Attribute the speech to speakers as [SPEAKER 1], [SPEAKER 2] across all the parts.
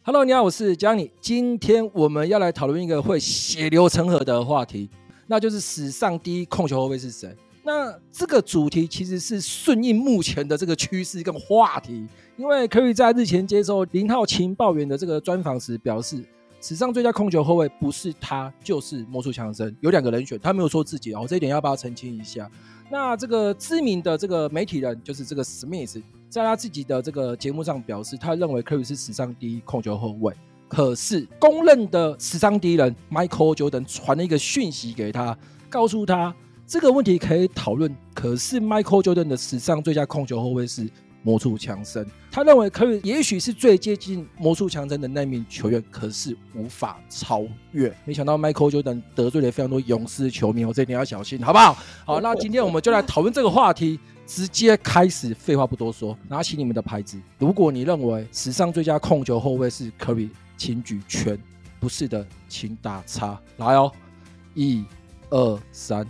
[SPEAKER 1] Hello， 你好，我是 Johnny。今天我们要来讨论一个会血流成河的话题，那就是史上第一控球后卫是谁？那这个主题其实是顺应目前的这个趋势跟话题，因为 Curry 在日前接受0号情报员的这个专访时表示，史上最佳控球后卫不是他就是魔术强森，有2个人选，他没有说自己这一点要不要澄清一下？那这个知名的这个媒体人就是这个 Smith， 在他自己的这个节目上表示，他认为 Curry 是史上第一控球后卫。可是公认的史上第一人 Michael Jordan 传了一个讯息给他，告诉他这个问题可以讨论，可是 Michael Jordan 的史上最佳控球后卫是魔术强森。他认为 Curry 也许是最接近魔术强森的那名球员，可是无法超越。没想到 Michael Jordan 得罪了非常多勇士球迷，这一点要小心，好不好？好，那今天我们就来讨论这个话题，直接开始，废话不多说，拿起你们的牌子。如果你认为史上最佳控球后卫是 Curry， 请举圈；不是的，请打叉。来哦，1、2、3。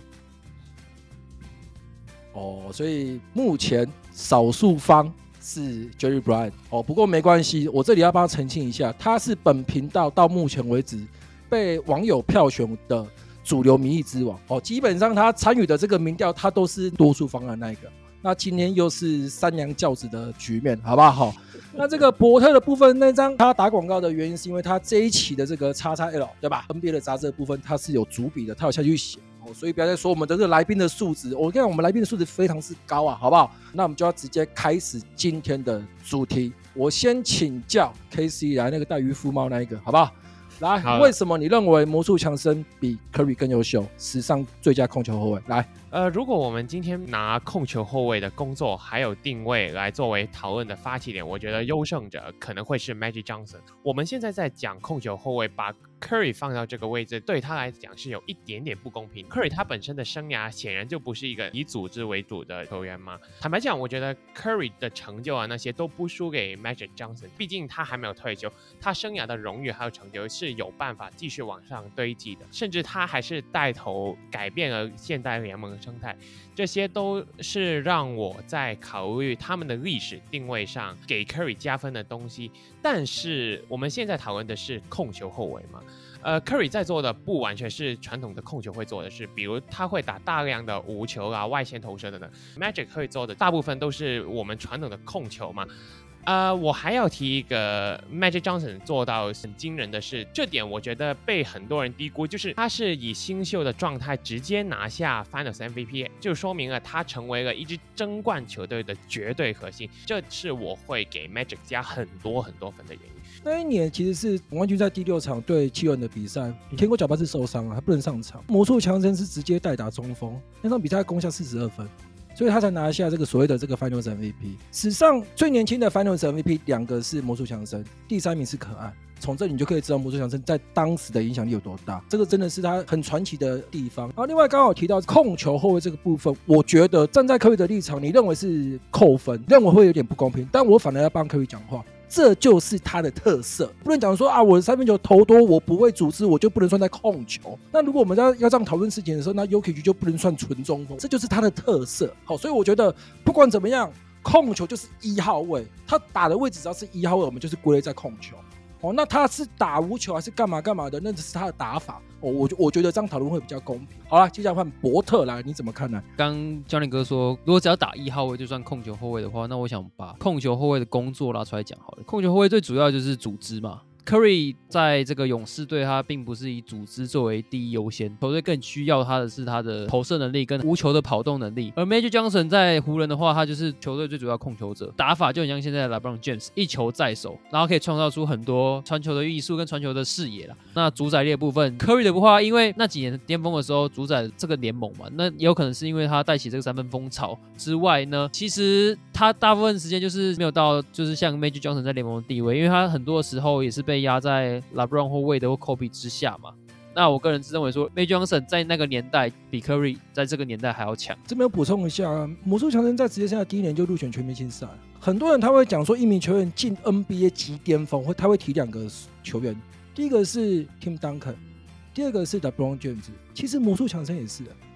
[SPEAKER 1] 所以目前少数方是 Jerry Bryant 不过没关系，我这里要帮他澄清一下，他是本频道到目前为止被网友票选的主流民意之王基本上他参与的这个民调，他都是多数方的那一个。那今天又是三娘教子的局面，好不好？那这个伯特的部分那张他打广告的原因，是因为他这一期的这个 XXL 对吧 ？NBA 的杂志的部分他是有主笔的，他有下去写所以不要再说我们的这个来宾的素质，我跟你讲，我们来宾的素质非常之高啊，好不好？那我们就要直接开始今天的主题。我先请教 KC 来那个带渔夫帽那一个，好不好？来，为什么你认为魔术强森比 Curry 更优秀，史上最佳控球后卫？来，
[SPEAKER 2] 如果我们今天拿控球后卫的工作还有定位来作为讨论的发起点，我觉得优胜者可能会是 Magic Johnson。我们现在在讲控球后卫，把 Curry 放到这个位置，对他来讲是有一点点不公平。Curry 他本身的生涯显然就不是一个以组织为主的球员嘛。坦白讲，我觉得 Curry 的成就那些都不输给 Magic Johnson， 毕竟他还没有退休，他生涯的荣誉还有成就是有办法继续往上堆积的，甚至他还是带头改变了现代联盟的生态，这些都是让我在考虑他们的历史定位上给 Curry 加分的东西。但是我们现在讨论的是控球后卫嘛，Curry 在做的不完全是传统的控球会做的事，比如他会打大量的无球外线投射等等。Magic 会做的大部分都是我们传统的控球嘛。我还要提一个 Magic Johnson 做到很惊人的事，这点我觉得被很多人低估，就是他是以新秀的状态直接拿下 Finals MVP， 就说明了他成为了一支争冠球队的绝对核心，这是我会给 Magic 加很多很多分的原因。
[SPEAKER 1] 那一年其实是总冠军在第6场对七人的比赛，天国脚巴是受伤了，他不能上场，魔术强森是直接代打中锋，那场比赛攻下42分。所以他才拿下这个所谓的这个 Finals MVP。史上最年轻的 Finals MVP 2个是魔术强森，第3名是可爱。从这里你就可以知道魔术强森在当时的影响力有多大，这个真的是他很传奇的地方。然后另外刚好提到控球后卫这个部分，我觉得站在Curry的立场，你认为是扣分，认为会有点不公平，但我反而要帮Curry讲话。这就是他的特色，不能讲说我的3分球投多，我不会组织，我就不能算在控球。那如果我们要这样讨论事情的时候，那 Jokic 就不能算纯中锋，这就是他的特色。好，所以我觉得不管怎么样，控球就是1号位，他打的位置只要是1号位，我们就是归类在控球。那他是打无球还是干嘛干嘛的，那只是他的打法。我觉得这样讨论会比较公平。好了，接下来换伯特来，你怎么看呢？
[SPEAKER 3] 刚Johnny哥说，如果只要打1号位就算控球后卫的话，那我想把控球后卫的工作拉出来讲好了。控球后卫最主要就是组织嘛。Curry 在这个勇士队，他并不是以组织作为第一优先，球队更需要他的是他的投射能力跟无球的跑动能力。而 Magic Johnson 在湖人的话，他就是球队最主要控球者，打法就很像现在的 LeBron James， 一球在手，然后可以创造出很多传球的艺术跟传球的视野啦。那主宰力的部分 ，Curry 的话，因为那几年巅峰的时候主宰这个联盟嘛，那也有可能是因为他带起这个3分风潮之外呢，其实他大部分时间就是没有到就是像 Magic Johnson 在联盟的地位，因为他很多时候也是被压在 LeBron 或 Wade 或 Kobe 之下嘛。那我个人是认为说 Magic Johnson 在那个年代比 Curry 在这个年代还要强。
[SPEAKER 1] 这边有补充一下，魔术强森在职业生涯第1年就入选全明星赛。很多人他会讲说，一名球员进 NBA 极巅峰，他会提2个球员，第一个是 Tim Duncan， 第2个是 LeBron James。其实魔术强森也是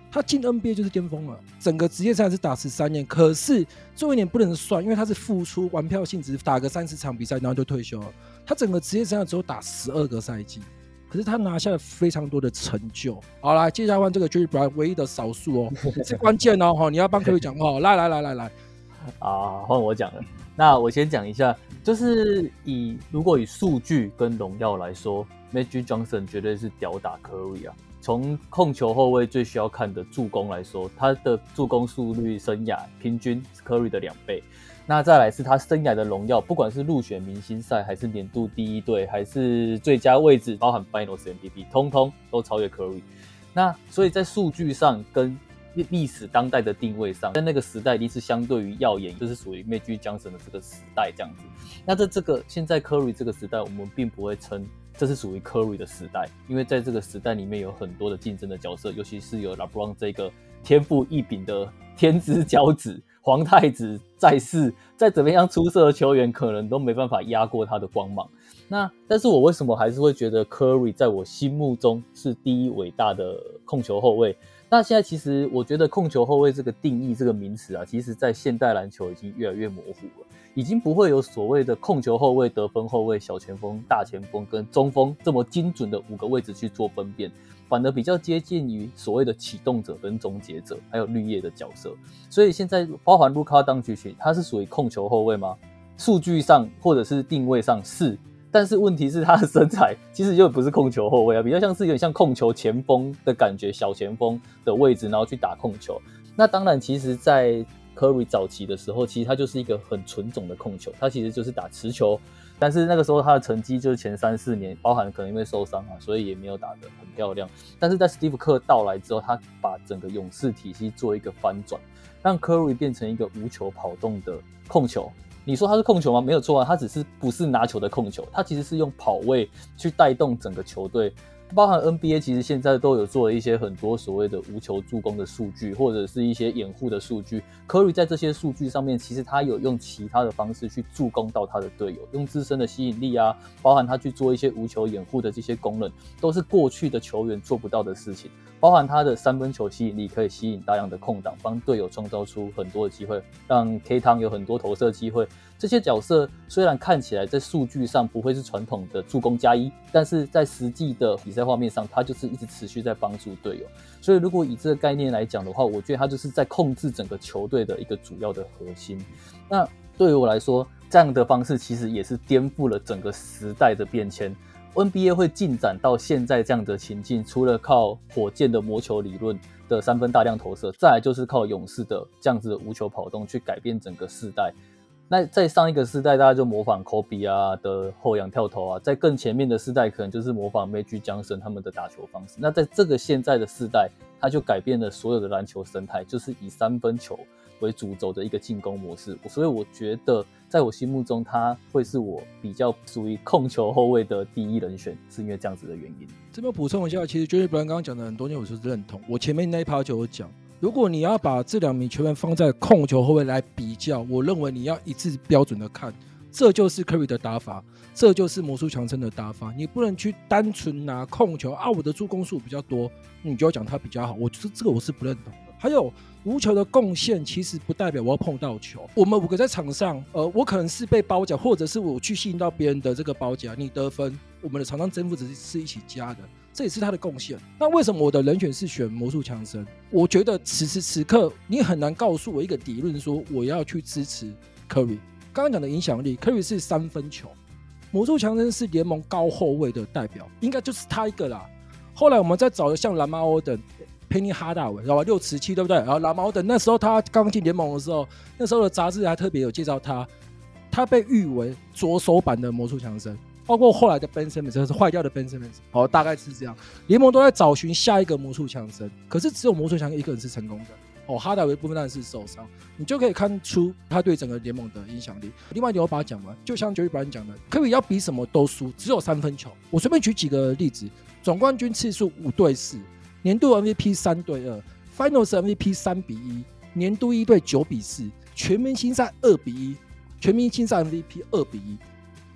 [SPEAKER 1] 他进 NBA 就是巅峰了。整个职业赛是打13年，可是最后一年不能算，因为他是复出玩票性质，打个30场比赛然后就退休了。他整个职业生涯只有打12个赛季，可是他拿下了非常多的成就。好，来，接下来换这个 Jerry Bryant 唯一的少数哦，是关键哦，你要帮 Curry 讲话。来，
[SPEAKER 4] 啊，换我讲了。那我先讲一下，就是如果以数据跟荣耀来说 ，Magic Johnson 绝对是吊打 Curry 啊。从控球后卫最需要看的助攻来说，他的助攻速率生涯平均是 Curry 的2倍。那再来是他生涯的荣耀，不管是入选明星赛，还是年度第一队，还是最佳位置，包含 Finals MVP， 通通都超越 Curry。那所以在数据上跟历史当代的定位上，在那个时代一定是相对于耀眼，就是属于 Magic Johnson 的这个时代这样子。那在这个现在 Curry 这个时代，我们并不会称这是属于 Curry 的时代，因为在这个时代里面有很多的竞争的角色，尤其是有 LeBron 这个天赋异禀的天之骄子、皇太子在世，再怎么样出色的球员，可能都没办法压过他的光芒。但是我为什么还是会觉得 Curry 在我心目中是第一伟大的控球后卫？那现在其实我觉得控球后卫这个定义这个名词啊，其实在现代篮球已经越来越模糊了，已经不会有所谓的控球后卫、得分后卫、小前锋、大前锋跟中锋这么精准的5个位置去做分辨，反而比较接近于所谓的启动者跟终结者，还有绿叶的角色。所以现在包含卢卡当局区，他是属于控球后卫吗？数据上或者是定位上是。但是问题是他的身材其实又不是控球后卫啊，比较像是有点像控球前锋的感觉，小前锋的位置，然后去打控球。那当然，其实在 Curry 早期的时候，其实他就是一个很纯种的控球，他其实就是打持球。但是那个时候他的成绩就是前3-4年，包含可能因为受伤啊，所以也没有打得很漂亮。但是在 Steve Kerr 到来之后，他把整个勇士体系做一个翻转，让 Curry 变成一个无球跑动的控球。你说他是控球吗？没有错啊，他只是不是拿球的控球，他其实是用跑位去带动整个球队。包含 NBA 其实现在都有做了一些很多所谓的无球助攻的数据，或者是一些掩护的数据。Curry 在这些数据上面，其实他有用其他的方式去助攻到他的队友，用自身的吸引力啊，包含他去做一些无球掩护的这些功能，都是过去的球员做不到的事情。包含他的3分球吸引力，可以吸引大量的空档，帮队友创造出很多的机会，让 K 汤有很多投射机会。这些角色虽然看起来在数据上不会是传统的助攻+1，但是在实际的比赛画面上，他就是一直持续在帮助队友。所以如果以这个概念来讲的话，我觉得他就是在控制整个球队的一个主要的核心。那对于我来说，这样的方式其实也是颠覆了整个时代的变迁。NBA 会进展到现在这样的情境，除了靠火箭的魔球理论的3分大量投射，再来就是靠勇士的这样子的无球跑动去改变整个世代。那在上一个世代，大家就模仿 Kobe 啊的后仰跳投啊，在更前面的世代，可能就是模仿 Magic Johnson 他们的打球方式。那在这个现在的世代，它就改变了所有的篮球生态，就是以3分球为主轴的一个进攻模式。所以我觉得，在我心目中，他会是我比较属于控球后卫的第一人选，是因为这样子的原因。
[SPEAKER 1] 这边补充一下，其实 Jerry Bryant 刚刚讲的很多点，我是认同。我前面那一趴就有讲。如果你要把这2名球员放在控球后卫来比较，我认为你要一致标准的看，这就是 Curry 的打法，这就是魔术强森的打法。你不能去单纯拿控球啊，我的助攻数比较多，你就要讲他比较好。我觉得这个我是不认同的。还有无球的贡献，其实不代表我要碰到球。我们5个在场上，我可能是被包夹，或者是我去吸引到别人的这个包夹，你得分，我们的场上征服值是一起加的。这也是他的贡献。那为什么我的人选是选魔术强森？我觉得此时此刻你很难告诉我一个理论说我要去支持 Curry。刚刚讲的影响力 ，Curry 是3分球，魔术强森是联盟高后卫的代表，应该就是他一个啦。后来我们再找了像兰马欧登、Penny Hardaway， 知道吧？6'7", 对不对？然后兰马欧登那时候他刚进联盟的时候，那时候的杂志还特别有介绍他，他被誉为左手版的魔术强森。包括后来的 Ben Simmons， 就是坏掉的 Ben Simmons， 好，大概是这样。联盟都在找寻下一个魔术强森，可是只有魔术强森一个人是成功的。哦，哈达维部分当然是受伤，你就可以看出他对整个联盟的影响力。另外一点我把它讲完，就像 Jerry Bryant 讲的，Curry 要比什么都输，只有3分球。我随便举几个例子：总冠军次数5-4，年度 MVP 3-2， Finals MVP 3-1，年度一队9-4，全明星赛2-1，全明星赛 MVP 2-1。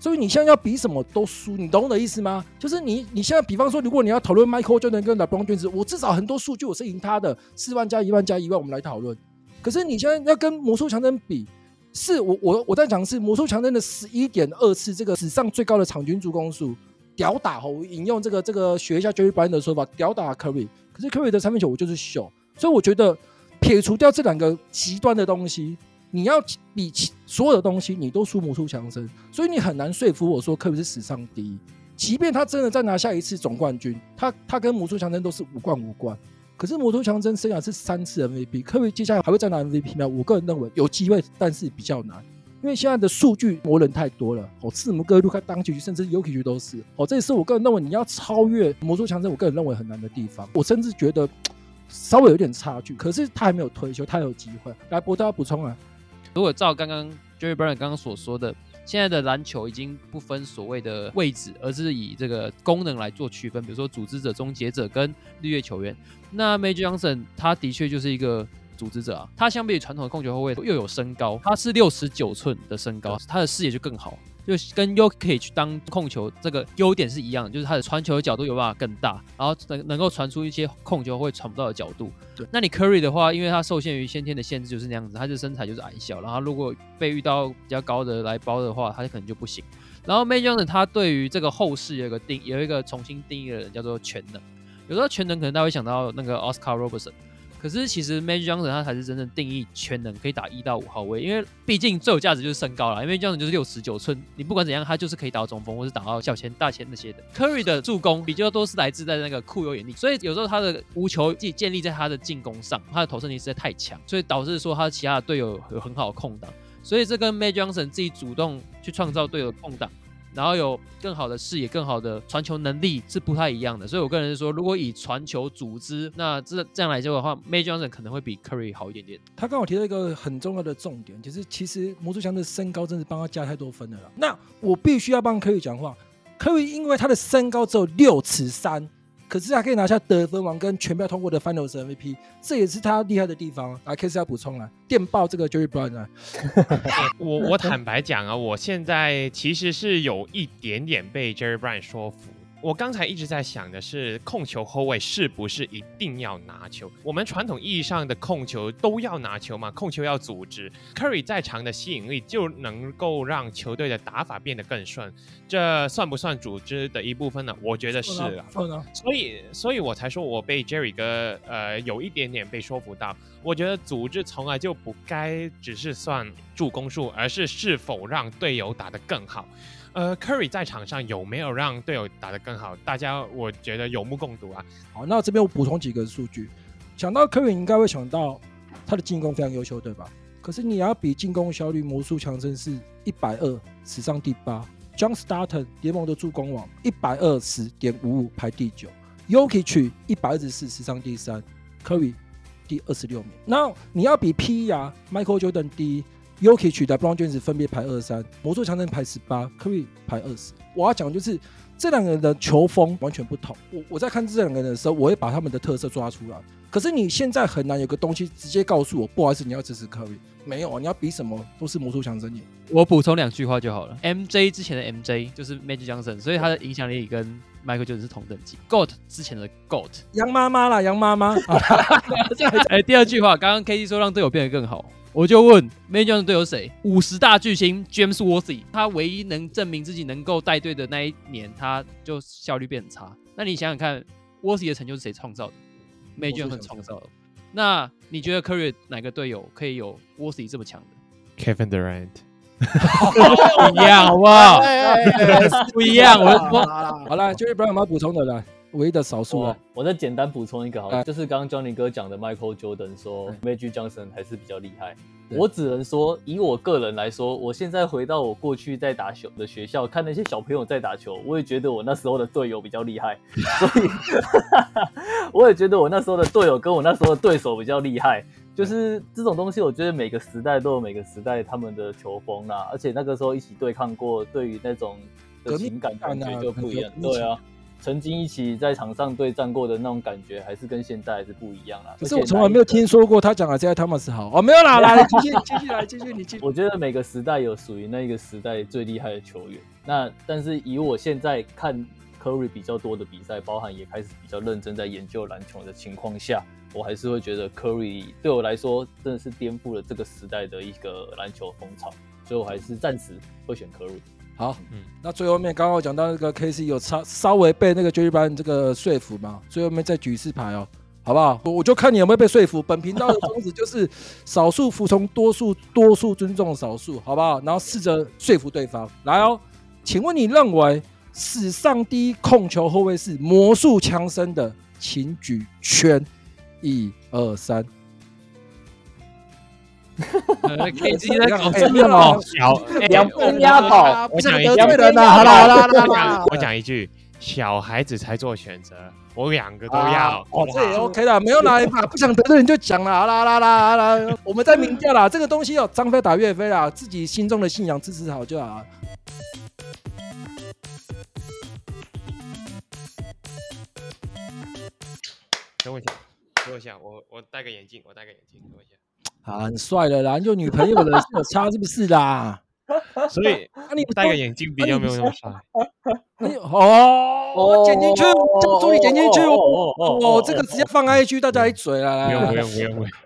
[SPEAKER 1] 所以你现在要比什么都输，你懂我的意思吗？就是你现在比方说，如果你要讨论 Michael Jordan 跟 LeBron James， 我至少很多数据我是赢他的，4万加1万加1万，我们来讨论。可是你现在要跟魔术强森比，是我在讲是魔术强森的11.2次这个史上最高的场均助攻数，屌打我引用这个学一下 Jerry Bryant 的说法，屌打 Curry。可是 Curry 的三分球我就是秀，所以我觉得撇除掉这两个极端的东西，你要比所有的东西你都输魔术强森，所以你很难说服我说科比是史上第一。即便他真的再拿下一次总冠军，他跟魔术强森都是无冠。可是魔术强森生涯是3次 MVP， 科比接下来还会再拿 MVP 吗？我个人认为有机会，但是比较难，因为现在的数据魔人太多了。字母哥、卢卡、当曲，甚至 Jokic 都是。这也是我个人认为你要超越魔术强森，我个人认为很难的地方。我甚至觉得稍微有点差距，可是他还没有退休，他有机会。来，博德要补充啊。
[SPEAKER 3] 如果照刚刚 Jerry Bryant 刚刚所说的，现在的篮球已经不分所谓的位置，而是以这个功能来做区分，比如说组织者、终结者跟绿叶球员。那 Magic Johnson 他的确就是一个组织者啊，他相比于传统的控球后卫又有身高，他是69寸的身高，他的视野就更好，就跟 Jokic 当控球这个优点是一样的，就是他的传球的角度有办法更大，然后能够传出一些控球会传不到的角度。那你 Curry 的话，因为他受限于先天的限制就是那样子，他的身材就是矮小，然后如果被遇到比较高的来包的话，他可能就不行。然后 Magic Johnson 他对于这个后世有一个重新定义的人叫做全能，有时候全能可能大家会想到那个 Oscar Robertson。可是其实 Magic Johnson 他才是真正定义全能，可以打1到5号位，因为毕竟最有价值就是身高啦，因为 Johnson 就是69寸，你不管怎样他就是可以打到中锋或是打到小前大前那些的。Curry 的助攻比较多是来自在那个酷有眼力，所以有时候他的无球建立在他的进攻上，他的投射力实在太强，所以导致说他其他的队友有很好的空档，所以这跟 Magic Johnson 自己主动去创造队友的空档，然后有更好的视野、更好的传球能力是不太一样的，所以我个人是说，如果以传球组织，那这样来说的话 ，Magic Johnson 可能会比 Curry 好一点点。
[SPEAKER 1] 他刚好提到一个很重要的重点，就是其实魔术强森的身高真是帮他加太多分了啦。那我必须要帮 Curry 讲话，Curry 因为他的身高只有6尺3，可是他可以拿下得分王跟全票通过的 Finals MVP， 这也是他厉害的地方。来 ，K 要补充来电报这个 Jerry Bryant 来。
[SPEAKER 2] 我坦白讲啊，我现在其实是有一点点被 Jerry Bryant 说服。我刚才一直在想的是，控球后卫是不是一定要拿球？我们传统意义上的控球都要拿球嘛，控球要组织。Curry 在场的吸引力就能够让球队的打法变得更顺，这算不算组织的一部分呢？我觉得是啊。所以我才说我被 Jerry 哥有一点点被说服到。我觉得组织从来就不该只是算助攻数，而是是否让队友打得更好。Curry 在场上有没有让队友打得更好？大家我觉得有目共睹啊。
[SPEAKER 1] 好，那这边我补充几个数据。想到 Curry 应该会想到他的进攻非常优秀，对吧？可是你要比进攻效率，魔术强森是120，史上第8。John Stockton 联盟的助攻王120.55，排第9。Jokic 124，史上第3。Curry 第26名。那你要比 PR Michael Jordan 第1。Jokic 的 LeBron James 分别排23，魔术强森排18 ，Curry 排20。我要讲的就是这两个人的球风完全不同。我在看这两个人的时候，我会把他们的特色抓出来。可是你现在很难有个东西直接告诉我，不好意思，你要支持 Curry， 没有，你要比什么都是魔术强森。
[SPEAKER 3] 我补充2句话就好了。MJ 之前的 MJ 就是 Magic Johnson， 所以他的影响力跟 Michael Jordan 是同等级。GOAT 之前的 GOAT，
[SPEAKER 1] 杨妈妈啦，杨妈妈。
[SPEAKER 3] 第2句话，刚刚 KD 说让队友变得更好。我就问 Magic Johnson 队友谁？50大巨星 James Worthy， 他唯一能证明自己能够带队的那一年，他就效率变很差。那你想想看 ，Worthy 的成就是谁创造的？Magic Johnson 创造的。那你觉得 Curry 哪个队友可以有 Worthy 这么强的
[SPEAKER 2] ？Kevin Durant。
[SPEAKER 3] 不一样，好不好？不一样。
[SPEAKER 1] 好了，Jerry Bryant有没有补充的来？唯一的少数了。
[SPEAKER 4] 我再简单补充一个好了，就是刚刚 Johnny 哥讲的 Michael Jordan 说 Magic Johnson 还是比较厉害。我只能说，以我个人来说，我现在回到我过去在打球的学校，看那些小朋友在打球，我也觉得我那时候的队友比较厉害，所以我也觉得我那时候的队友跟我那时候的对手比较厉害。就是这种东西，我觉得每个时代都有每个时代他们的球风啦，而且那个时候一起对抗过，对于那种的情感感觉就不一样。对啊。 曾经一起在场上对战过的那种感觉，还是跟现在还是不一样啦。
[SPEAKER 1] 可是我从来没有听说过他讲的这些汤马斯好哦，没有啦，来继续你继续。
[SPEAKER 4] 我觉得每个时代有属于那个时代最厉害的球员。那但是以我现在看 Curry 比较多的比赛，包含也开始比较认真在研究篮球的情况下，我还是会觉得 Curry 对我来说真的是颠覆了这个时代的一个篮球风潮，所以我还是暂时会选 Curry。
[SPEAKER 1] 好，那最后面刚刚我讲到那个 KC 有稍微被那个 Jerry Bryant 这个说服嘛，最后面再举一次牌哦，好不好？我就看你有没有被说服。本频道的宗旨就是少数服从多数，多数尊重少数，好不好？然后试着说服对方。来哦，请问你认为史上第一控球后卫是魔术强森的，请举圈，1、2、3。
[SPEAKER 3] KG 在搞
[SPEAKER 1] 这
[SPEAKER 3] 这哦，
[SPEAKER 4] 两分压跑，
[SPEAKER 1] 不想得
[SPEAKER 2] 罪
[SPEAKER 1] 罪人啊！好啦，
[SPEAKER 2] 我讲一句，小孩子才做选择，我2个都要。
[SPEAKER 1] 哦，这也 OK 啦，没有哪一把不想得罪人就讲啦，好啦，我们在明调啦，这个东西哦，张飞打岳飞啦，自己心中的信仰支持好就好。
[SPEAKER 2] 等我一下，我戴个眼镜，等我一下。
[SPEAKER 1] 啊，很帅的啦，有女朋友的是有差是不是啦？
[SPEAKER 2] 所以你戴个眼镜比较没有那么帅。
[SPEAKER 1] 我剪进去，助理剪进去哦，这个直接放 IG 大家一嘴啦。
[SPEAKER 2] 不用。